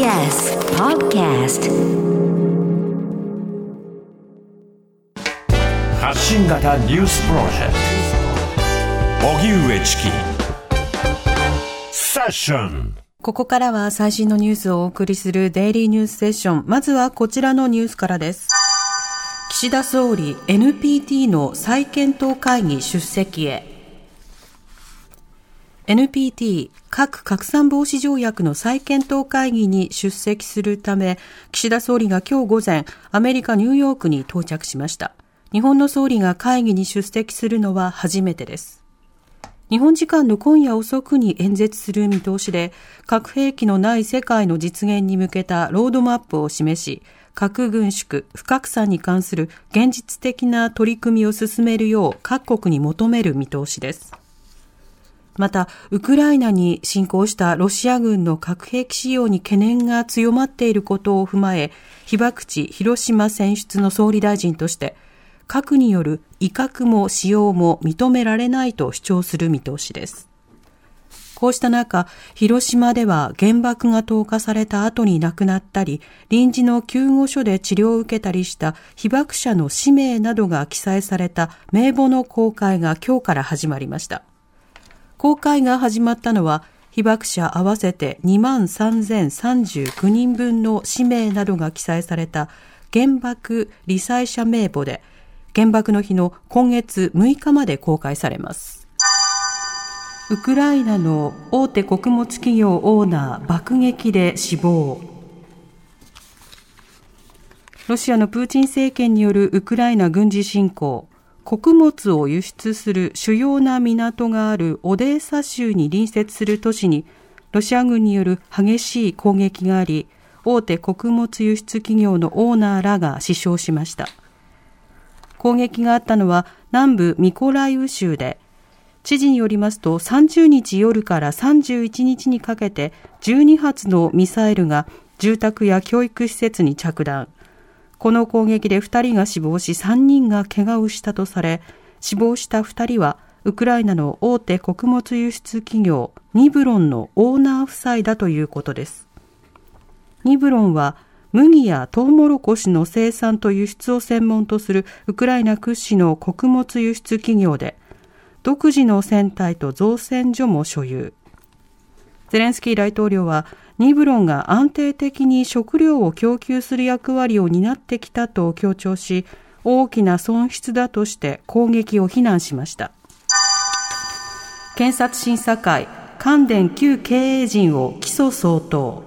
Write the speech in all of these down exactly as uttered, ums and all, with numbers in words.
エス Podcast 発信型ニュースプロジェクト荻上チキセッション。 ここからは最新のニュースをお送りするデイリーニュースセッション。まずはこちらのニュースからです。岸田総理 エヌピーティー の再検討会議出席へ。エヌピーティー 核拡散防止条約の再検討会議に出席するため、岸田総理が今日午前、アメリカ・ニューヨークに到着しました。日本の総理が会議に出席するのは初めてです。日本時間の今夜遅くに演説する見通しで、核兵器のない世界の実現に向けたロードマップを示し、核軍縮、不拡散に関する現実的な取り組みを進めるよう各国に求める見通しです。また、ウクライナに侵攻したロシア軍の核兵器使用に懸念が強まっていることを踏まえ、被爆地広島選出の総理大臣として、核による威嚇も使用も認められないと主張する見通しです。こうした中、広島では原爆が投下された後に亡くなったり、臨時の救護所で治療を受けたりした被爆者の氏名などが記載された名簿の公開が今日から始まりました。公開が始まったのは、被爆者合わせてにまんさんぜんさんじゅうきゅうにんぶんの氏名などが記載された原爆罹災者名簿で、原爆の日の今月むいかまで公開されます。ウクライナの大手穀物企業オーナー爆撃で死亡。ロシアのプーチン政権によるウクライナ軍事侵攻、穀物を輸出する主要な港があるオデーサ州に隣接する都市にロシア軍による激しい攻撃があり、大手穀物輸出企業のオーナーらが死傷しました。攻撃があったのは南部ミコライウ州で、知事によりますとさんじゅうにち夜からさんじゅういちにちにかけてじゅうにはつのミサイルが住宅や教育施設に着弾。この攻撃でふたりが死亡しさんにんが怪我をしたとされ、死亡したふたりはウクライナの大手穀物輸出企業ニブロンのオーナー夫妻だということです。ニブロンは麦やトウモロコシの生産と輸出を専門とするウクライナ屈指の穀物輸出企業で、独自の船体と造船所も所有。ゼレンスキー大統領は、ニブロンが安定的に食料を供給する役割を担ってきたと強調し、大きな損失だとして攻撃を非難しました。検察審査会、関電旧経営陣を起訴相当。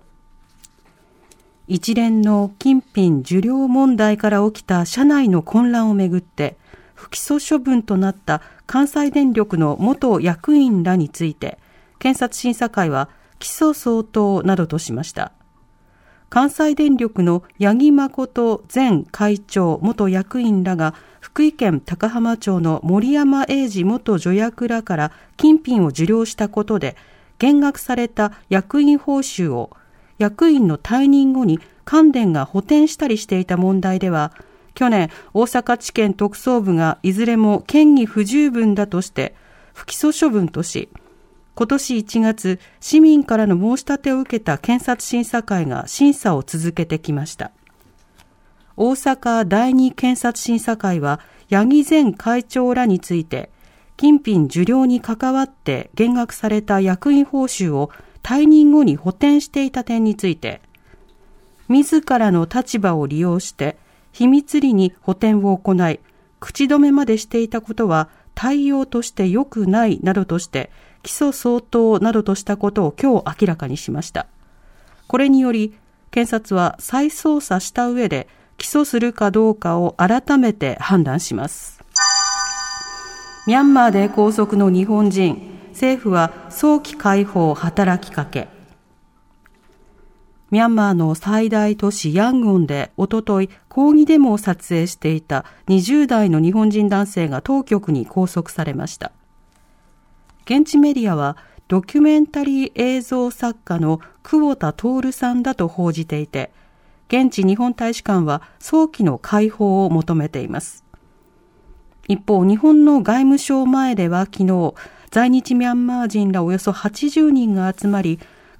一連の金品受領問題から起きた社内の混乱をめぐって、不起訴処分となった関西電力の元役員らについて、検察審査会は起訴相当などとしました。関西電力の八木誠前会長元役員らが福井県高浜町の森山英二元助役らから金品を受領したことで、減額された役員報酬を役員の退任後に関電が補填したりしていた問題では、去年大阪地検特捜部がいずれも嫌疑不十分だとして不起訴処分とし、今年いちがつ市民からの申し立てを受けた検察審査会が審査を続けてきました。大阪第二検察審査会は八木前会長らについて、金品受領に関わって減額された役員報酬を退任後に補填していた点について、自らの立場を利用して秘密裏に補填を行い、口止めまでしていたことは対応として良くないなどとして起訴相当などとしたことを今日明らかにしました。これにより検察は再捜査した上で起訴するかどうかを改めて判断します。ミャンマーで拘束の日本人、政府は早期解放働きかけ。ミャンマーの最大都市ヤンゴンでおととい抗議デモを撮影していたにじゅうだいの日本人男性が当局に拘束されました。現地メディアはドキュメンタリー映像作家の久保田徹さんだと報じていて、現地日本大使館は早期の解放を求めています。一方、日本の外務省前では昨日、在日ミャンマー人らおよそはちじゅうにんが集まり、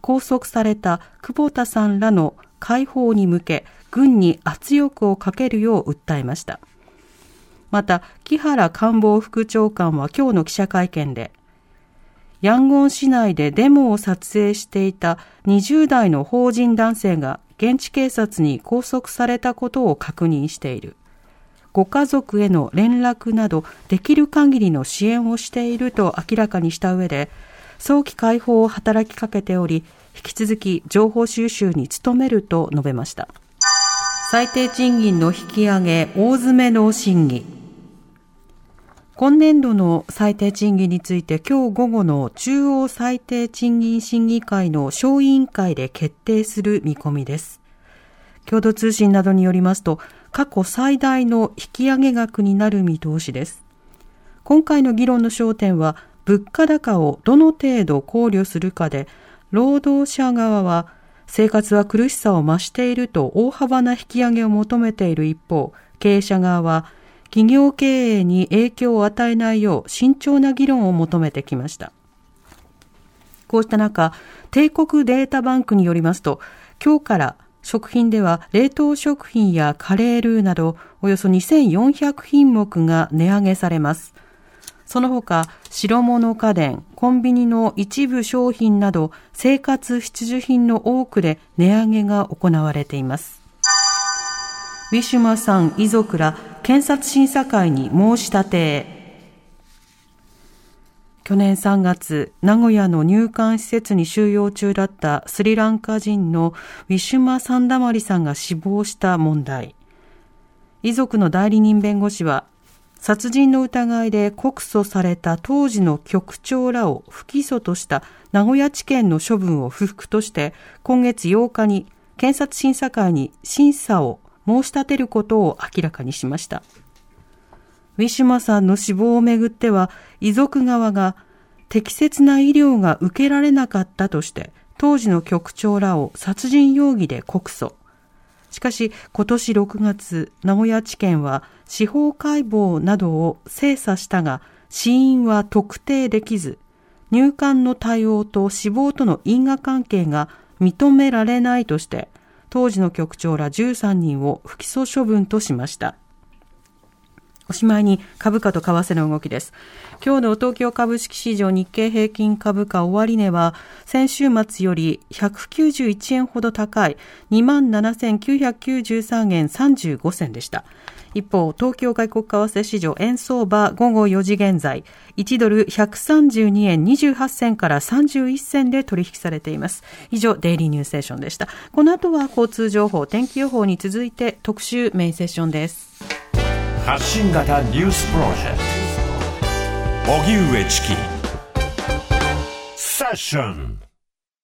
拘束された久保田さんらの解放に向け軍に圧力をかけるよう訴えました。また木原官房副長官は今日の記者会見で、ヤンゴン市内でデモを撮影していたにじゅう代の邦人男性が現地警察に拘束されたことを確認している。ご家族への連絡などできる限りの支援をしていると明らかにした上で、早期解放を働きかけており、引き続き情報収集に努めると述べました。最低賃金の引き上げ大詰めの審議。今年度の最低賃金について今日午後の中央最低賃金審議会の小委員会で決定する見込みです。共同通信などによりますと、過去最大の引き上げ額になる見通しです。今回の議論の焦点は、物価高をどの程度考慮するかで、労働者側は生活は苦しさを増していると大幅な引き上げを求めている一方、経営者側は企業経営に影響を与えないよう慎重な議論を求めてきました。こうした中、帝国データバンクによりますと、今日から食品では冷凍食品やカレールーなどおよそにせんよんひゃくひんもくが値上げされます。その他、白物家電、コンビニの一部商品など生活必需品の多くで値上げが行われています。ウィシュマさん遺族ら検察審査会に申し立てへ。去年さんがつ、名古屋の入管施設に収容中だったスリランカ人のウィシュマ・サンダマリさんが死亡した問題。遺族の代理人弁護士は、殺人の疑いで告訴された当時の局長らを不起訴とした名古屋地検の処分を不服として、今月ようかに検察審査会に審査を申し立てることを明らかにしました。ウィシュマさんの死亡をめぐっては、遺族側が適切な医療が受けられなかったとして、当時の局長らを殺人容疑で告訴。しかし今年ろくがつ、名古屋地検は司法解剖などを精査したが、死因は特定できず、入管の対応と死亡との因果関係が認められないとして、当時の局長らじゅうさんにんを不起訴処分としました。おしまいに株価と為替の動きです。今日の東京株式市場日経平均株価終値は先週末よりひゃくきゅうじゅういちえんほど高い にまんななせんきゅうひゃくきゅうじゅうさんえんさんじゅうごせんでした。一方、東京外国為替市場円相場午後よじ現在、いちドルひゃくさんじゅうにえんにじゅうはっせんからさんじゅういっせんで取引されています。以上、デイリーニュースセッションでした。この後は交通情報、天気予報に続いて特集メインセッションです。 発信型ニュースプロジェクト荻上チキセッション。